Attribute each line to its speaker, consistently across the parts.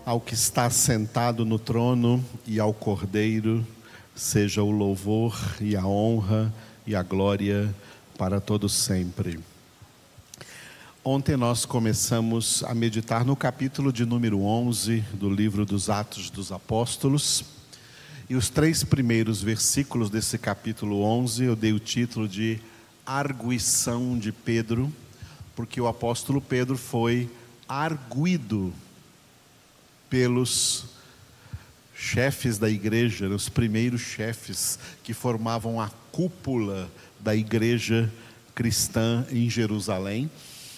Speaker 1: Ao que está sentado no trono e ao Cordeiro, seja o louvor e a honra e a glória para todos sempre. Ontem nós começamos a meditar no capítulo de número 11 do livro dos Atos dos Apóstolos. E os 3 primeiros versículos desse capítulo 11 eu dei o título de Arguição de Pedro, porque o apóstolo Pedro foi arguido pelos chefes da igreja, os primeiros chefes que formavam a cúpula da igreja cristã em Jerusalém.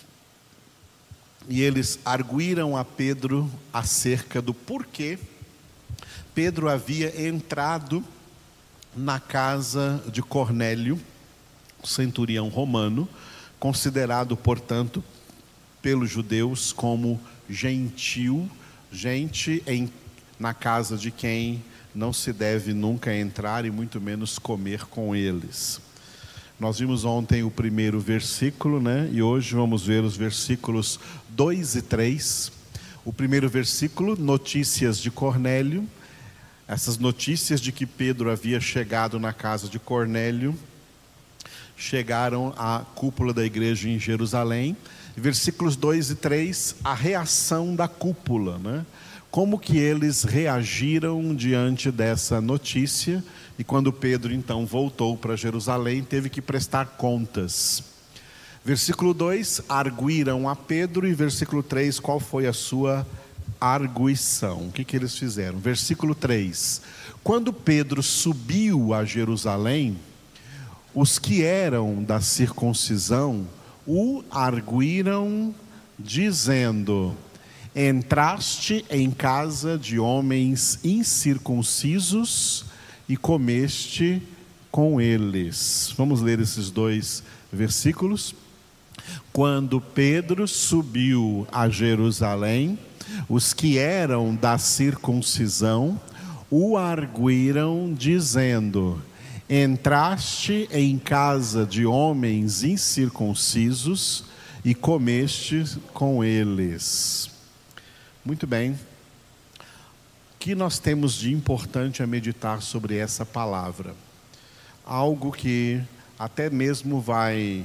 Speaker 1: E eles arguíram a Pedro acerca do porquê Pedro havia entrado na casa de Cornélio, centurião romano, considerado, portanto, pelos judeus como gentil, gente na casa de quem não se deve nunca entrar e muito menos comer com eles. Nós vimos ontem o primeiro versículo, E hoje vamos ver os versículos 2 e 3. O primeiro versículo, notícias de Cornélio. Essas notícias de que Pedro havia chegado na casa de Cornélio chegaram à cúpula da igreja em Jerusalém. Versículos 2 e 3, a reação da cúpula, Como que eles reagiram diante dessa notícia? E quando Pedro então voltou para Jerusalém, teve que prestar contas. Versículo 2, arguíram a Pedro. E versículo 3, qual foi a sua arguição? O que eles fizeram? Versículo 3, quando Pedro subiu a Jerusalém, os que eram da circuncisão o arguíram, dizendo: entraste em casa de homens incircuncisos e comeste com eles. Vamos ler esses 2 versículos. Quando Pedro subiu a Jerusalém, os que eram da circuncisão o arguíram, dizendo: entraste em casa de homens incircuncisos e comeste com eles. Muito bem. O que nós temos de importante a meditar sobre essa palavra? Algo que até mesmo vai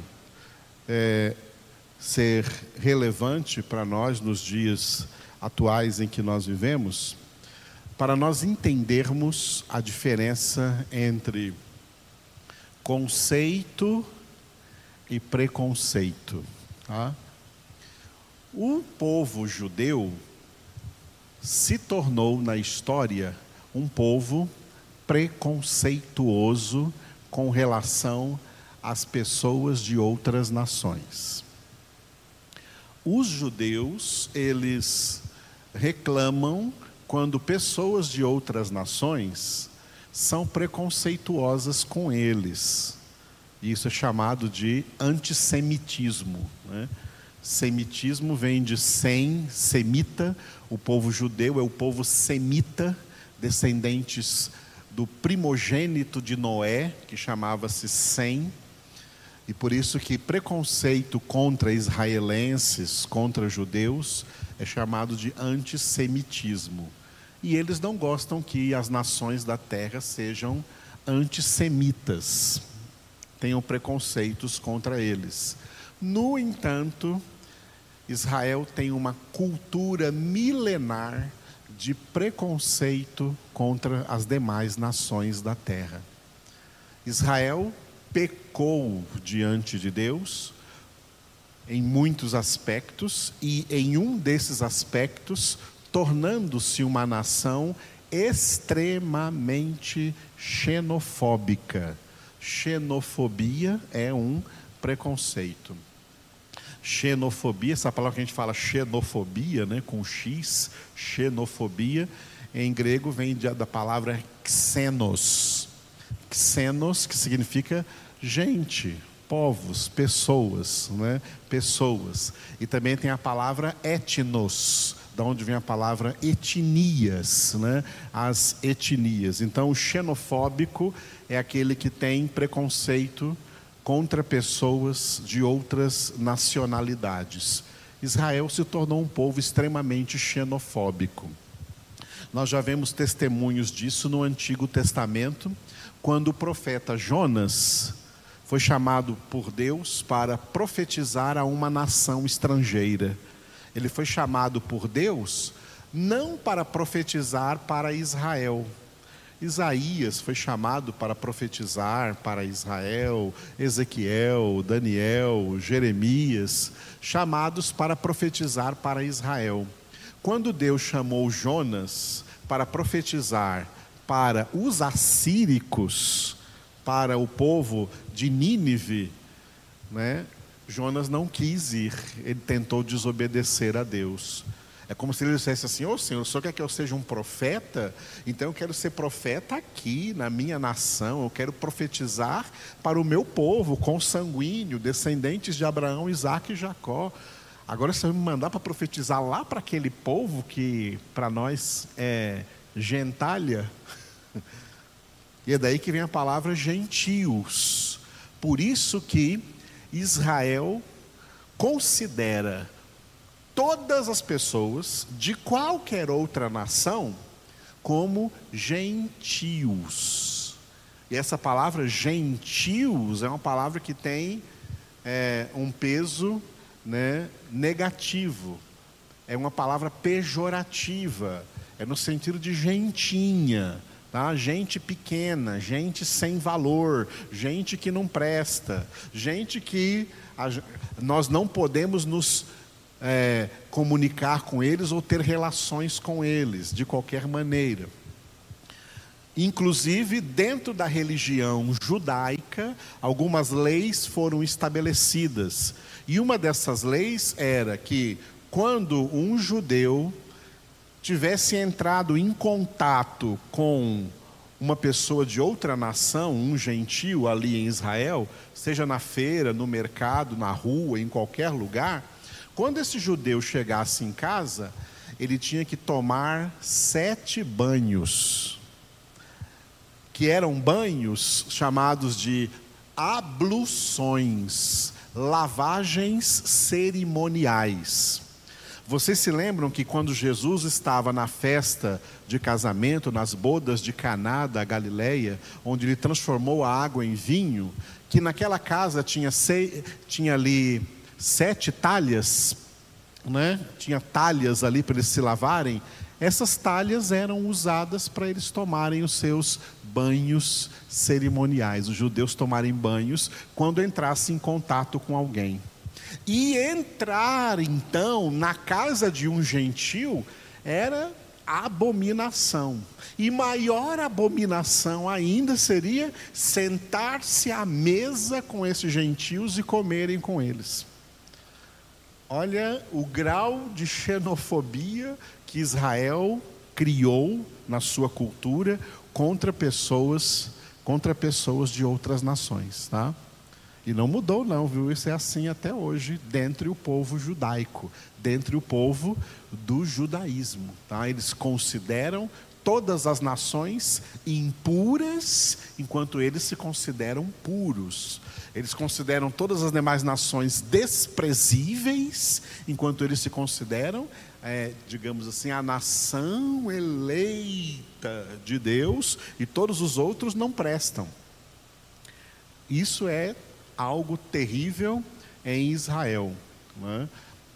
Speaker 1: ser relevante para nós nos dias atuais em que nós vivemos, para nós entendermos a diferença entre conceito e preconceito. O povo judeu se tornou na história um povo preconceituoso com relação às pessoas de outras nações. Os judeus, eles reclamam quando pessoas de outras nações são preconceituosas com eles. Isso é chamado de antissemitismo. Semitismo vem de sem, semita. O povo judeu é o povo semita, descendentes do primogênito de Noé, que chamava-se Sem. E por isso que preconceito contra israelenses, contra judeus, é chamado de antissemitismo. E eles não gostam que as nações da terra sejam antissemitas, tenham preconceitos contra eles. No entanto, Israel tem uma cultura milenar de preconceito contra as demais nações da terra. Israel pecou diante de Deus em muitos aspectos, e em um desses aspectos, tornando-se uma nação extremamente xenofóbica. Xenofobia é um preconceito. Xenofobia, essa palavra que a gente fala xenofobia, com X, xenofobia, em grego vem da palavra xenos. Xenos, que significa gente, povos, pessoas, Pessoas. E também tem a palavra etnos, da onde vem a palavra etnias, As etnias. Então, o xenofóbico é aquele que tem preconceito contra pessoas de outras nacionalidades. Israel se tornou um povo extremamente xenofóbico. Nós já vemos testemunhos disso no Antigo Testamento, quando o profeta Jonas foi chamado por Deus para profetizar a uma nação estrangeira. Ele foi chamado por Deus não para profetizar para Israel. Isaías foi chamado para profetizar para Israel, Ezequiel, Daniel, Jeremias, chamados para profetizar para Israel. Quando Deus chamou Jonas para profetizar para os assíricos, para o povo de Nínive, né? Jonas não quis ir, ele tentou desobedecer a Deus. É como se ele dissesse assim: ô Senhor, o Senhor quer que eu seja um profeta? Então eu quero ser profeta aqui, na minha nação. Eu quero profetizar para o meu povo, consanguíneo, descendentes de Abraão, Isaque e Jacó. Agora você vai me mandar para profetizar lá para aquele povo que para nós é gentalha? E é daí que vem a palavra gentios. Por isso que Israel considera todas as pessoas de qualquer outra nação como gentios. E essa palavra gentios é uma palavra que tem um peso, né, negativo. É uma palavra pejorativa. É no sentido de gentinha, tá? Gente pequena, gente sem valor, gente que não presta, gente que nós não podemos nos comunicar com eles ou ter relações com eles de qualquer maneira. Inclusive, dentro da religião judaica, algumas leis foram estabelecidas. E uma dessas leis era que, quando um judeu tivesse entrado em contato com uma pessoa de outra nação, um gentio ali em Israel, seja na feira, no mercado, na rua, em qualquer lugar, quando esse judeu chegasse em casa, ele tinha que tomar 7 banhos, que eram banhos chamados de abluções, lavagens cerimoniais. Vocês se lembram que quando Jesus estava na festa de casamento, nas bodas de Caná da Galileia, onde ele transformou a água em vinho, que naquela casa tinha ali 7 talhas, né? Tinha talhas ali para eles se lavarem. Essas talhas eram usadas para eles tomarem os seus banhos cerimoniais, os judeus tomarem banhos quando entrassem em contato com alguém. E entrar então na casa de um gentio era abominação. E maior abominação ainda seria sentar-se à mesa com esses gentios e comerem com eles. Olha o grau de xenofobia que Israel criou na sua cultura contra pessoas de outras nações, tá? E não mudou não, viu? Isso é assim até hoje, dentre o povo judaico, dentre o povo do judaísmo, tá? Eles consideram todas as nações impuras, enquanto eles se consideram puros. Eles consideram todas as demais nações desprezíveis, enquanto eles se consideram, digamos assim, a nação eleita de Deus, e todos os outros não prestam. Isso é algo terrível em Israel, né?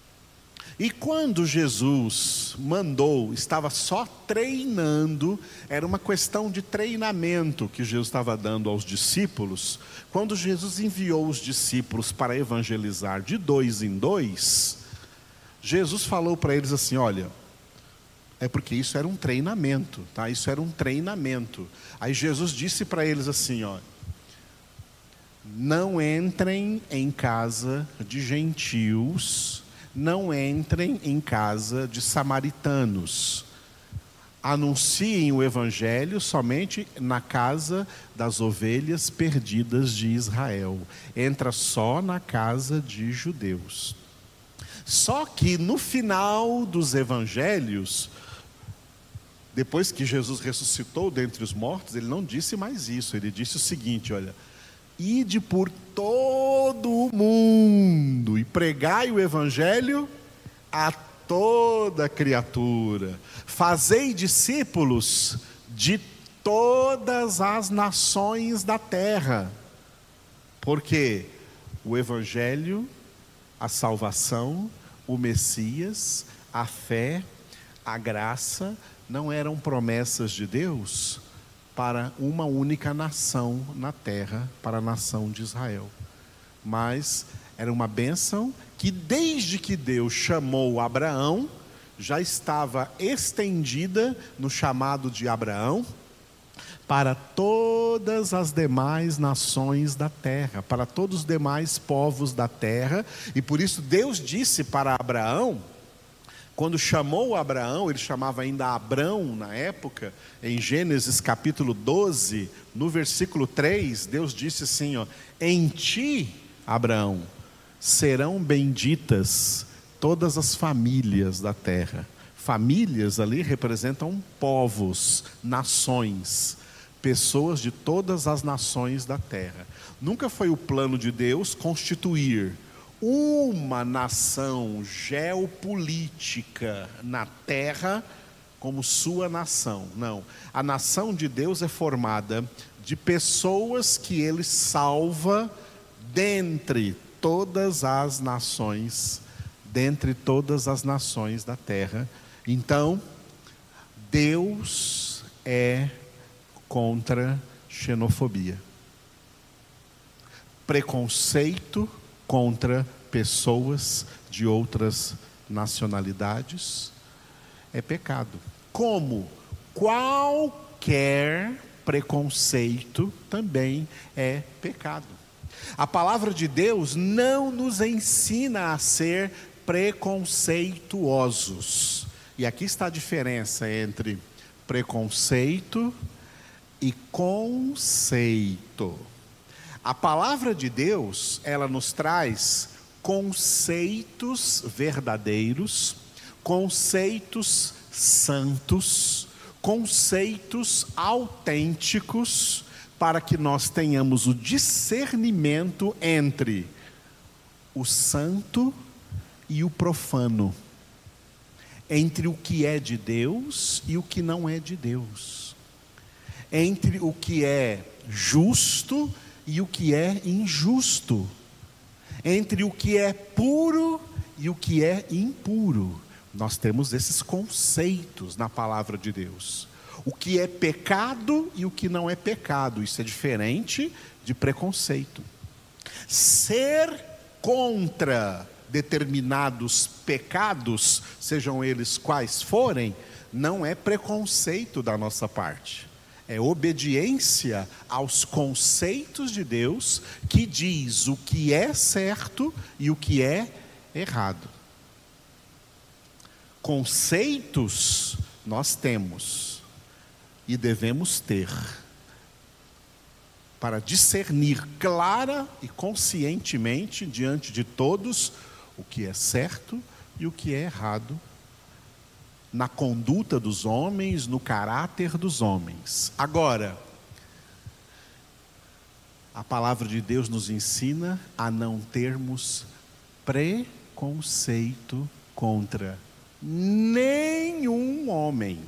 Speaker 1: E quando Jesus mandou, estava só treinando, era uma questão de treinamento que Jesus estava dando aos discípulos. Quando Jesus enviou os discípulos para evangelizar de 2 em 2, Jesus falou para eles assim: olha, é porque isso era um treinamento, tá? Isso era um treinamento. Aí Jesus disse para eles assim, ó: não entrem em casa de gentios, não entrem em casa de samaritanos. Anunciem o evangelho somente na casa das ovelhas perdidas de Israel. Entra só na casa de judeus. Só que no final dos evangelhos, depois que Jesus ressuscitou dentre os mortos, ele não disse mais isso. Ele disse o seguinte, olha: ide por todo o mundo e pregai o evangelho a toda criatura. Fazei discípulos de todas as nações da terra. Porque o Evangelho, a salvação, o Messias, a fé, a graça, não eram promessas de Deus para uma única nação na terra, para a nação de Israel. Mas era uma bênção que desde que Deus chamou Abraão, já estava estendida no chamado de Abraão, para todas as demais nações da terra, para todos os demais povos da terra. E por isso Deus disse para Abraão, quando chamou Abraão, ele chamava ainda Abrão na época, em Gênesis capítulo 12, no versículo 3, Deus disse assim, em ti, Abraão, serão benditas todas as famílias da terra. Famílias ali representam povos, nações, pessoas de todas as nações da terra. Nunca foi o plano de Deus constituir uma nação geopolítica na terra como sua nação. Não. A nação de Deus é formada de pessoas que Ele salva dentre todas as nações, dentre todas as nações da terra. Então, Deus é contra xenofobia, preconceito contra pessoas de outras nacionalidades é pecado. Como qualquer preconceito também é pecado. A palavra de Deus não nos ensina a ser preconceituosos. E aqui está a diferença entre preconceito e conceito. A palavra de Deus, ela nos traz conceitos verdadeiros, conceitos santos, conceitos autênticos, para que nós tenhamos o discernimento entre o santo e o profano, entre o que é de Deus e o que não é de Deus, entre o que é justo e o que é injusto, entre o que é puro e o que é impuro. Nós temos esses conceitos na palavra de Deus. O que é pecado e o que não é pecado, isso é diferente de preconceito. Ser contra determinados pecados, sejam eles quais forem, não é preconceito da nossa parte. É obediência aos conceitos de Deus, que diz o que é certo e o que é errado. Conceitos nós temos e devemos ter, para discernir clara e conscientemente diante de todos o que é certo e o que é errado, na conduta dos homens, no caráter dos homens. Agora, a palavra de Deus nos ensina a não termos preconceito contra nenhum homem,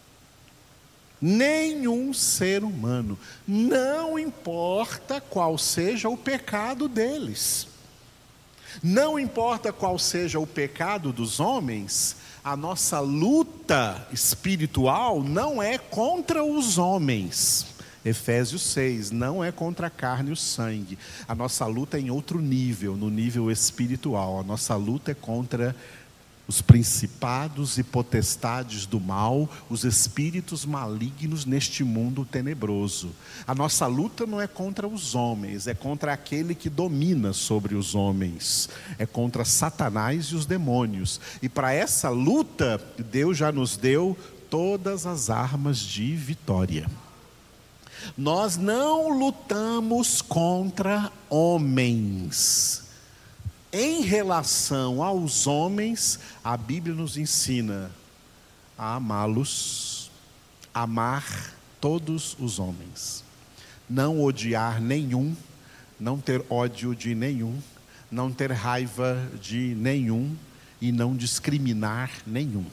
Speaker 1: nenhum ser humano, não importa qual seja o pecado deles, não importa qual seja o pecado dos homens. A nossa luta espiritual não é contra os homens. Efésios 6, não é contra a carne e o sangue. A nossa luta é em outro nível, no nível espiritual. A nossa luta é contra os principados e potestades do mal, os espíritos malignos neste mundo tenebroso. A nossa luta não é contra os homens, é contra aquele que domina sobre os homens, é contra Satanás e os demônios. E para essa luta, Deus já nos deu todas as armas de vitória. Nós não lutamos contra homens. Em relação aos homens, a Bíblia nos ensina a amá-los, amar todos os homens, não odiar nenhum, não ter ódio de nenhum, não ter raiva de nenhum, e não discriminar nenhum.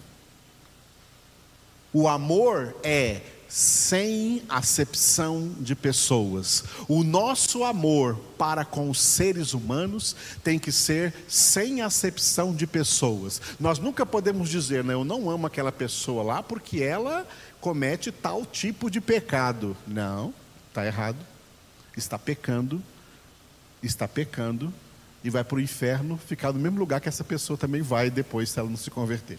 Speaker 1: O amor é sem acepção de pessoas. O nosso amor para com os seres humanos tem que ser sem acepção de pessoas. Nós nunca podemos dizer, eu não amo aquela pessoa lá porque ela comete tal tipo de pecado. Não, está errado. Está pecando e vai para o inferno, ficar no mesmo lugar que essa pessoa também vai depois, se ela não se converter.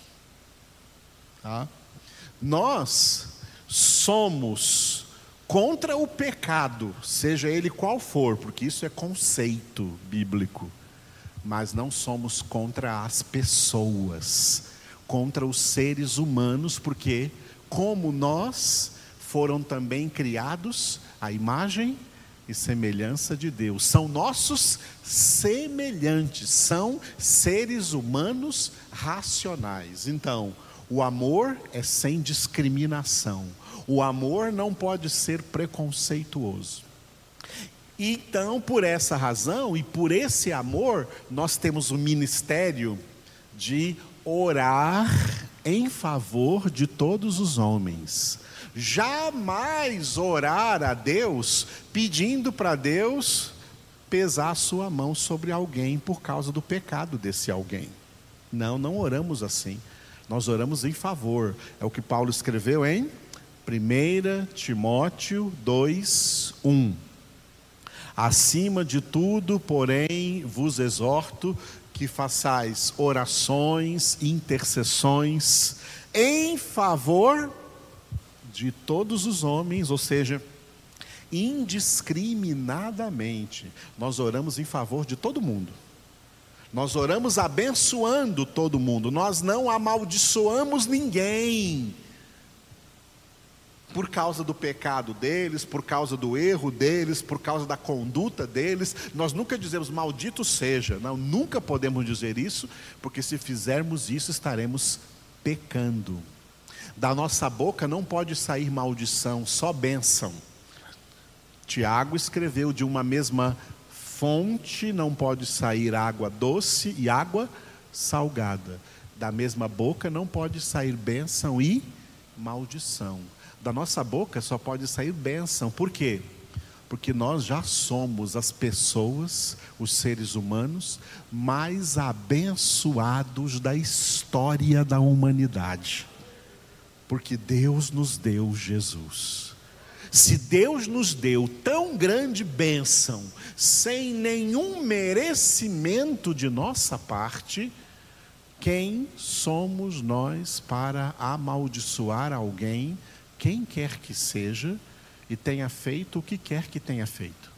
Speaker 1: Tá? Nós somos contra o pecado, seja ele qual for, porque isso é conceito bíblico, mas não somos contra as pessoas, contra os seres humanos, porque como nós foram também criados à imagem e semelhança de Deus, são nossos semelhantes, são seres humanos racionais. Então, o amor é sem discriminação. O amor não pode ser preconceituoso. Então, por essa razão e por esse amor, nós temos o ministério de orar em favor de todos os homens. Jamais orar a Deus pedindo para Deus pesar a sua mão sobre alguém por causa do pecado desse alguém. Não oramos assim. Nós oramos em favor. É o que Paulo escreveu em 1 Timóteo 2:1. Acima de tudo, porém, vos exorto que façais orações, intercessões em favor de todos os homens, ou seja, indiscriminadamente. Nós oramos em favor de todo mundo. Nós oramos abençoando todo mundo. Nós não amaldiçoamos ninguém por causa do pecado deles, por causa do erro deles, por causa da conduta deles. Nós nunca dizemos maldito seja. Não, nunca podemos dizer isso, porque se fizermos isso estaremos pecando. Da nossa boca não pode sair maldição, só bênção. Tiago escreveu: de uma mesma fonte não pode sair água doce e água salgada. Da mesma boca não pode sair bênção e maldição. Da nossa boca só pode sair bênção. Por quê? Porque nós já somos as pessoas, os seres humanos, mais abençoados da história da humanidade. Porque Deus nos deu Jesus. Se Deus nos deu tão grande bênção, sem nenhum merecimento de nossa parte, quem somos nós para amaldiçoar alguém, quem quer que seja, e tenha feito o que quer que tenha feito?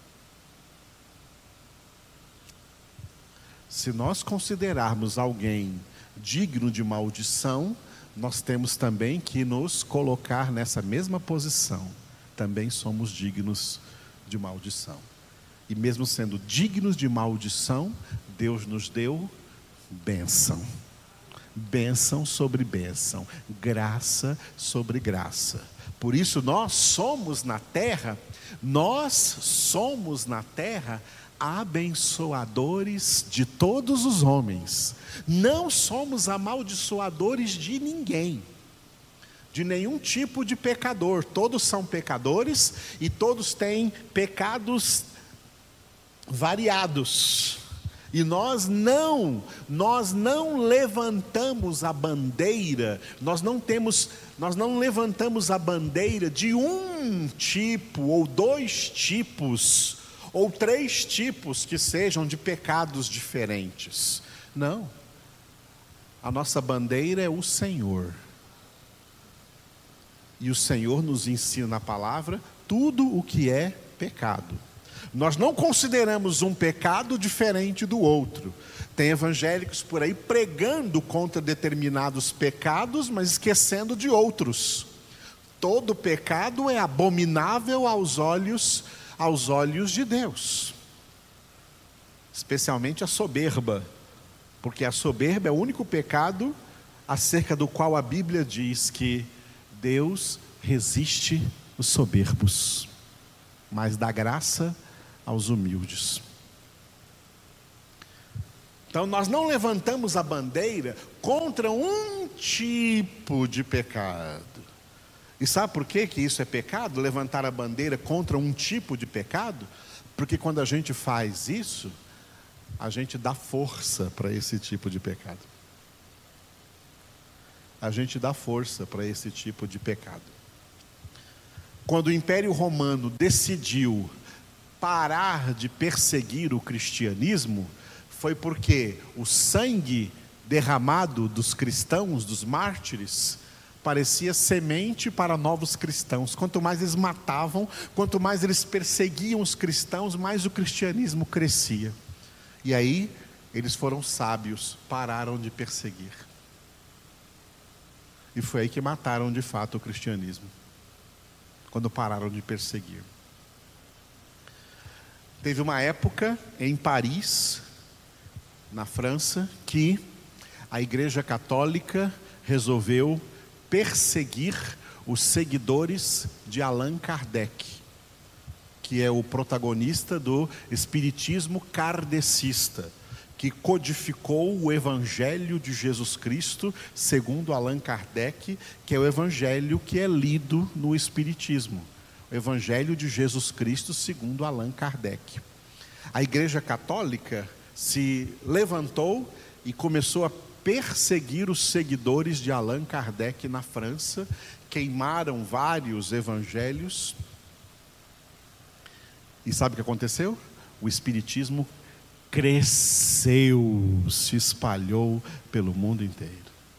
Speaker 1: Se nós considerarmos alguém digno de maldição, nós temos também que nos colocar nessa mesma posição. Também somos dignos de maldição. E mesmo sendo dignos de maldição, Deus nos deu bênção. Bênção sobre bênção, graça sobre graça. Por isso nós somos na terra abençoadores de todos os homens. Não somos amaldiçoadores de ninguém, de nenhum tipo de pecador. Todos são pecadores e todos têm pecados variados. E nós não levantamos a bandeira, nós não levantamos a bandeira de um tipo, ou dois tipos, ou três tipos que sejam de pecados diferentes. Não. A nossa bandeira é o Senhor. E o Senhor nos ensina na palavra tudo o que é pecado. Nós não consideramos um pecado diferente do outro. Tem evangélicos por aí pregando contra determinados pecados, mas esquecendo de outros. Todo pecado é abominável aos olhos de Deus. Especialmente a soberba, porque a soberba é o único pecado acerca do qual a Bíblia diz que Deus resiste os soberbos, mas dá graça aos humildes. Então nós não levantamos a bandeira contra um tipo de pecado. E sabe por que isso é pecado? Levantar a bandeira contra um tipo de pecado? Porque quando a gente faz isso, a gente dá força para esse tipo de pecado. A gente dá força para esse tipo de pecado. Quando o Império Romano decidiu parar de perseguir o cristianismo, foi porque o sangue derramado dos cristãos, dos mártires, parecia semente para novos cristãos. Quanto mais eles matavam, quanto mais eles perseguiam os cristãos, mais o cristianismo crescia. E aí, eles foram sábios, pararam de perseguir. E foi aí que mataram de fato o cristianismo, quando pararam de perseguir. Teve uma época em Paris, na França, que a Igreja Católica resolveu perseguir os seguidores de Allan Kardec, que é o protagonista do espiritismo kardecista, que codificou o Evangelho de Jesus Cristo segundo Allan Kardec, que é o Evangelho que é lido no espiritismo. O Evangelho de Jesus Cristo segundo Allan Kardec. A Igreja Católica se levantou e começou a perseguir os seguidores de Allan Kardec na França, queimaram vários evangelhos. E sabe o que aconteceu? O espiritismo cresceu, se espalhou pelo mundo inteiro.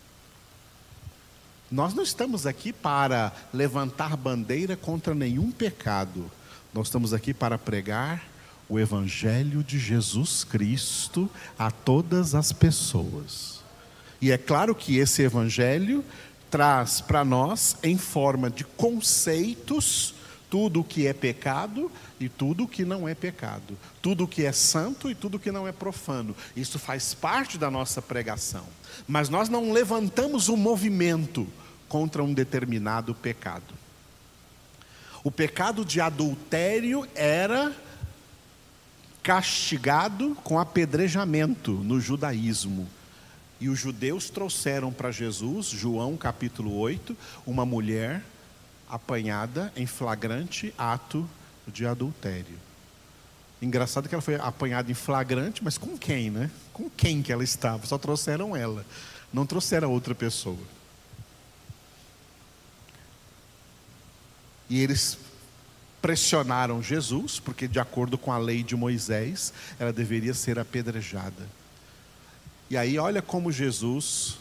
Speaker 1: Nós não estamos aqui para levantar bandeira contra nenhum pecado. Nós estamos aqui para pregar o Evangelho de Jesus Cristo a todas as pessoas. E é claro que esse Evangelho traz para nós, em forma de conceitos, tudo o que é pecado e tudo o que não é pecado. Tudo o que é santo e tudo o que não é profano. Isso faz parte da nossa pregação. Mas nós não levantamos um movimento contra um determinado pecado. O pecado de adultério era castigado com apedrejamento no judaísmo. E os judeus trouxeram para Jesus, João capítulo 8, uma mulher apanhada em flagrante ato de adultério. Engraçado que ela foi apanhada em flagrante, mas com quem, né? Com quem que ela estava? Só trouxeram ela, não trouxeram outra pessoa. E eles pressionaram Jesus, porque de acordo com a lei de Moisés, ela deveria ser apedrejada. E aí olha como Jesus,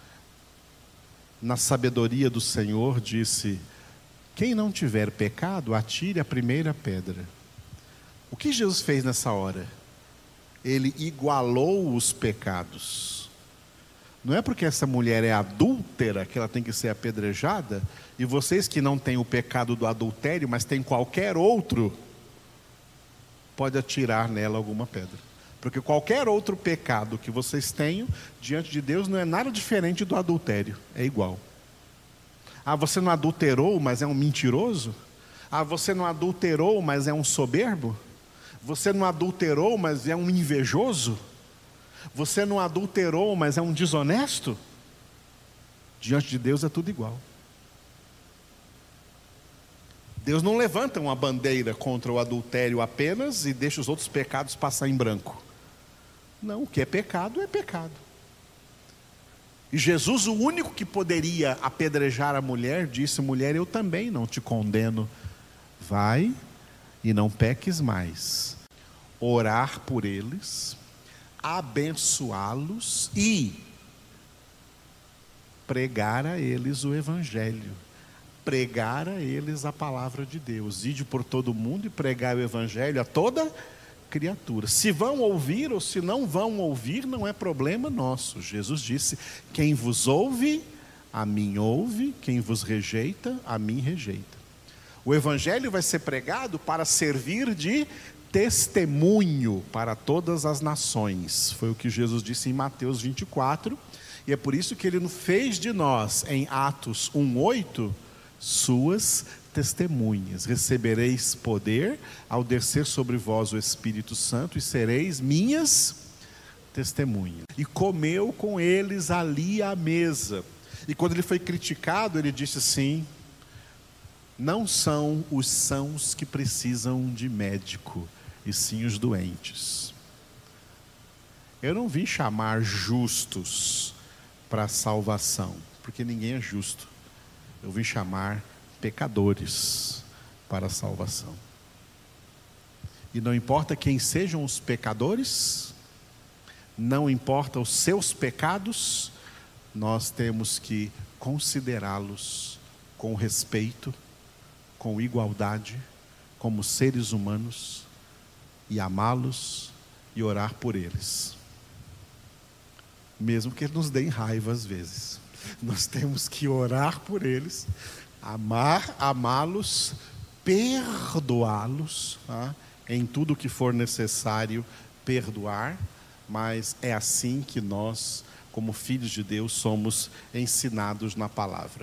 Speaker 1: na sabedoria do Senhor, disse: quem não tiver pecado, atire a primeira pedra. O que Jesus fez nessa hora? Ele igualou os pecados. Não é porque essa mulher é adúltera que ela tem que ser apedrejada, e vocês que não têm o pecado do adultério, mas têm qualquer outro, pode atirar nela alguma pedra. Porque qualquer outro pecado que vocês tenham, diante de Deus, não é nada diferente do adultério, é igual. Ah, você não adulterou, mas é um mentiroso? Ah, você não adulterou, mas é um soberbo? Você não adulterou, mas é um invejoso? Você não adulterou, mas é um desonesto? Diante de Deus é tudo igual. Deus não levanta uma bandeira contra o adultério apenas e deixa os outros pecados passar em branco. Não, o que é pecado é pecado. E Jesus, o único que poderia apedrejar a mulher, disse: mulher, eu também não te condeno. Vai e não peques mais. Orar por eles, abençoá-los e pregar a eles o Evangelho. Pregar a eles a palavra de Deus. Ide por todo mundo e pregar o Evangelho a toda criatura. Se vão ouvir ou se não vão ouvir, não é problema nosso. Jesus disse: quem vos ouve, a mim ouve, quem vos rejeita, a mim rejeita. O Evangelho vai ser pregado para servir de testemunho para todas as nações. Foi o que Jesus disse em Mateus 24, e é por isso que Ele fez de nós, em Atos 1:8, suas testemunhas. Recebereis poder ao descer sobre vós o Espírito Santo e sereis minhas testemunha. E comeu com eles ali à mesa. E quando ele foi criticado, ele disse assim: não são os sãos que precisam de médico, e sim os doentes. Eu não vim chamar justos para a salvação, porque ninguém é justo. Eu vim chamar pecadores para a salvação. E não importa quem sejam os pecadores, não importa os seus pecados, nós temos que considerá-los com respeito, com igualdade, como seres humanos, e amá-los e orar por eles. Mesmo que eles nos deem raiva às vezes. Nós temos que orar por eles, amá-los, perdoá-los, tá? Em tudo que for necessário perdoar, mas é assim que nós, como filhos de Deus, somos ensinados na palavra.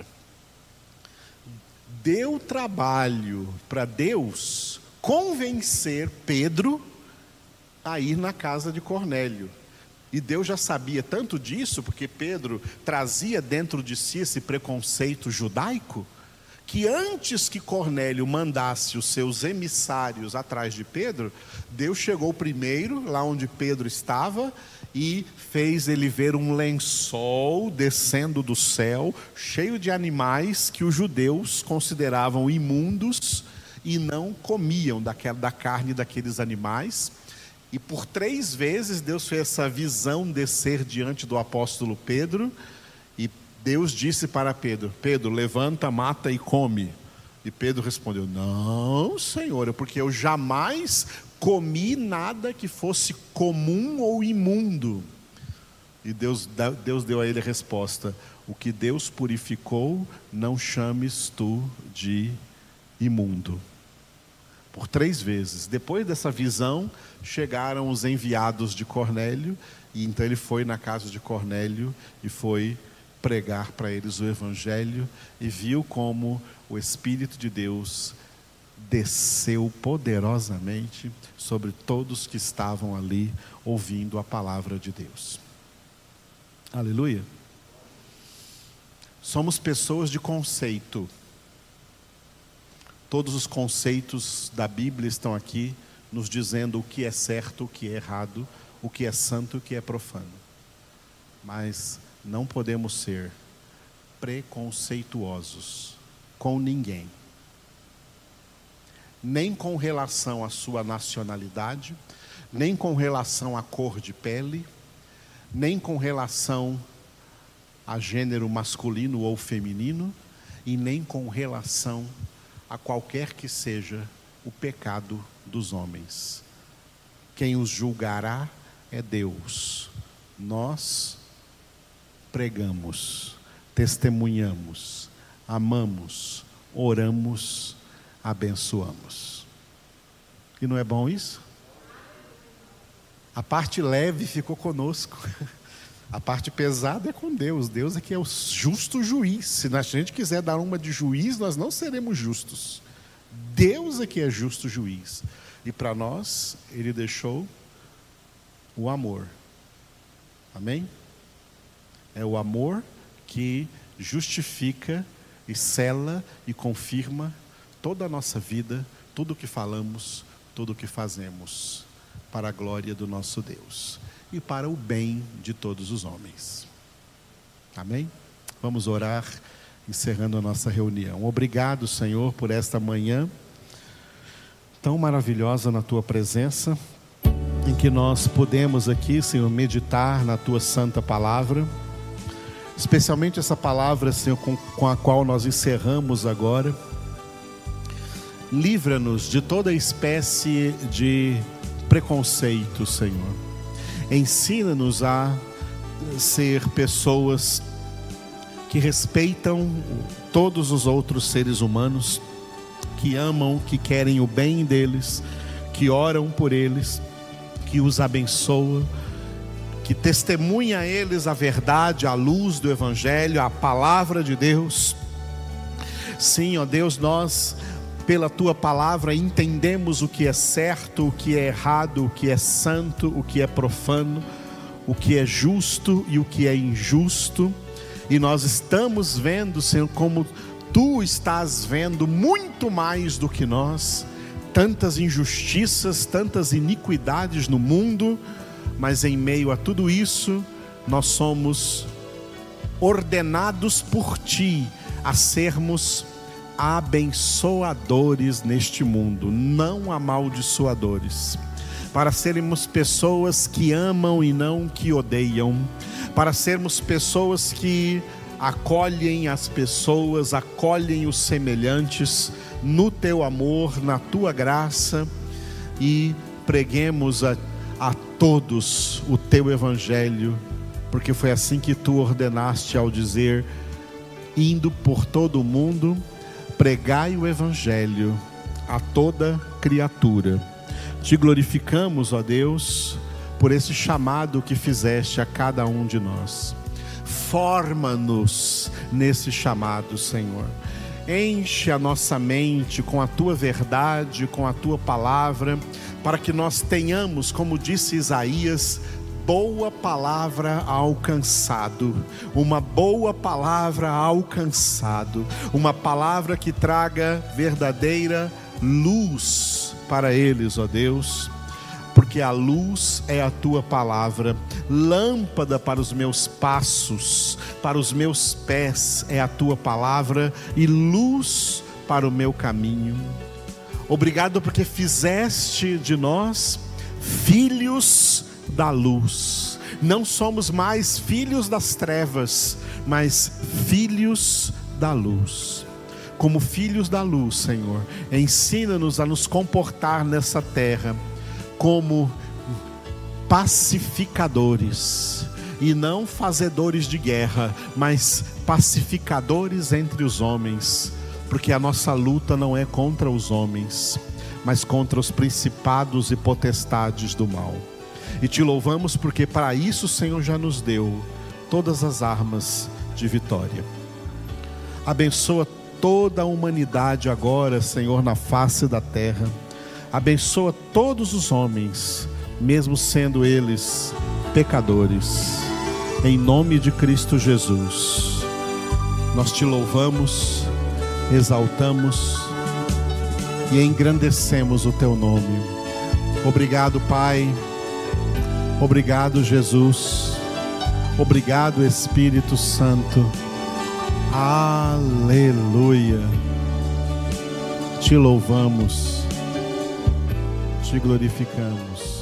Speaker 1: Deu trabalho para Deus convencer Pedro a ir na casa de Cornélio. E Deus já sabia tanto disso, porque Pedro trazia dentro de si esse preconceito judaico, que antes que Cornélio mandasse os seus emissários atrás de Pedro, Deus chegou primeiro lá onde Pedro estava e fez ele ver um lençol descendo do céu, cheio de animais que os judeus consideravam imundos e não comiam da carne daqueles animais. E por 3 vezes Deus fez essa visão descer diante do apóstolo Pedro, e Deus disse para Pedro: Pedro, levanta, mata e come. E Pedro respondeu: não, Senhor, porque eu jamais comi nada que fosse comum ou imundo. E Deus deu a ele a resposta: o que Deus purificou, não chames tu de imundo. Por 3 vezes. Depois dessa visão, chegaram os enviados de Cornélio, e então ele foi na casa de Cornélio e foi pregar para eles o evangelho, e viu como o Espírito de Deus desceu poderosamente sobre todos que estavam ali ouvindo a palavra de Deus. Aleluia. Somos pessoas de conceito. Todos os conceitos da Bíblia estão aqui, nos dizendo o que é certo, o que é errado, o que é santo e o que é profano. Mas não podemos ser preconceituosos com ninguém. Nem com relação à sua nacionalidade, nem com relação à cor de pele, nem com relação a gênero masculino ou feminino, e nem com relação a qualquer que seja o pecado dos homens. Quem os julgará é Deus. Nós pregamos, testemunhamos, amamos, oramos, abençoamos. E não é bom isso? A parte leve ficou conosco. A parte pesada é com Deus. Deus é que é o justo juiz. Se a gente quiser dar uma de juiz, nós não seremos justos. Deus é que é justo juiz. E para nós, Ele deixou o amor. Amém? É o amor que justifica e sela e confirma toda a nossa vida, tudo o que falamos, tudo o que fazemos, para a glória do nosso Deus e para o bem de todos os homens. Amém? Vamos orar, encerrando a nossa reunião. Obrigado, Senhor, por esta manhã tão maravilhosa na Tua presença, em que nós podemos aqui, Senhor, meditar na Tua santa palavra, especialmente essa palavra, Senhor, com a qual nós encerramos agora. Livra-nos de toda espécie de preconceito, Senhor. Ensina-nos a ser pessoas que respeitam todos os outros seres humanos, que amam, que querem o bem deles, que oram por eles, que os abençoa, que testemunha a eles a verdade, a luz do Evangelho, a palavra de Deus. Sim, ó Deus, nós, pela Tua palavra, entendemos o que é certo, o que é errado, o que é santo, o que é profano, o que é justo e o que é injusto. E nós estamos vendo, Senhor, como Tu estás vendo muito mais do que nós, tantas injustiças, tantas iniquidades no mundo, mas em meio a tudo isso, nós somos ordenados por Ti a sermos abençoadores neste mundo, não amaldiçoadores, para sermos pessoas que amam e não que odeiam, para sermos pessoas que acolhem as pessoas, acolhem os semelhantes no Teu amor, na Tua graça, e preguemos a todos o Teu Evangelho, porque foi assim que Tu ordenaste ao dizer: indo por todo o mundo, pregai o Evangelho a toda criatura. Te glorificamos, ó Deus, por esse chamado que fizeste a cada um de nós. Forma-nos nesse chamado, Senhor. Enche a nossa mente com a Tua verdade, com a Tua palavra, para que nós tenhamos, como disse Isaías, boa palavra alcançado, uma boa palavra alcançado, uma palavra que traga verdadeira luz para eles, ó Deus, porque a luz é a Tua palavra, lâmpada para os meus passos, para os meus pés é a Tua palavra e luz para o meu caminho. Obrigado porque fizeste de nós filhos da luz. Não somos mais filhos das trevas, mas filhos da luz. Como filhos da luz, Senhor, ensina-nos a nos comportar nessa terra como pacificadores, e não fazedores de guerra, mas pacificadores entre os homens, porque a nossa luta não é contra os homens, mas contra os principados e potestades do mal. E Te louvamos porque para isso o Senhor já nos deu todas as armas de vitória. Abençoa toda a humanidade agora, Senhor, na face da terra. Abençoa todos os homens, mesmo sendo eles pecadores. Em nome de Cristo Jesus, nós Te louvamos, exaltamos e engrandecemos o Teu nome. Obrigado, Pai. Obrigado, Jesus. Obrigado, Espírito Santo. Aleluia. Te louvamos, Te glorificamos.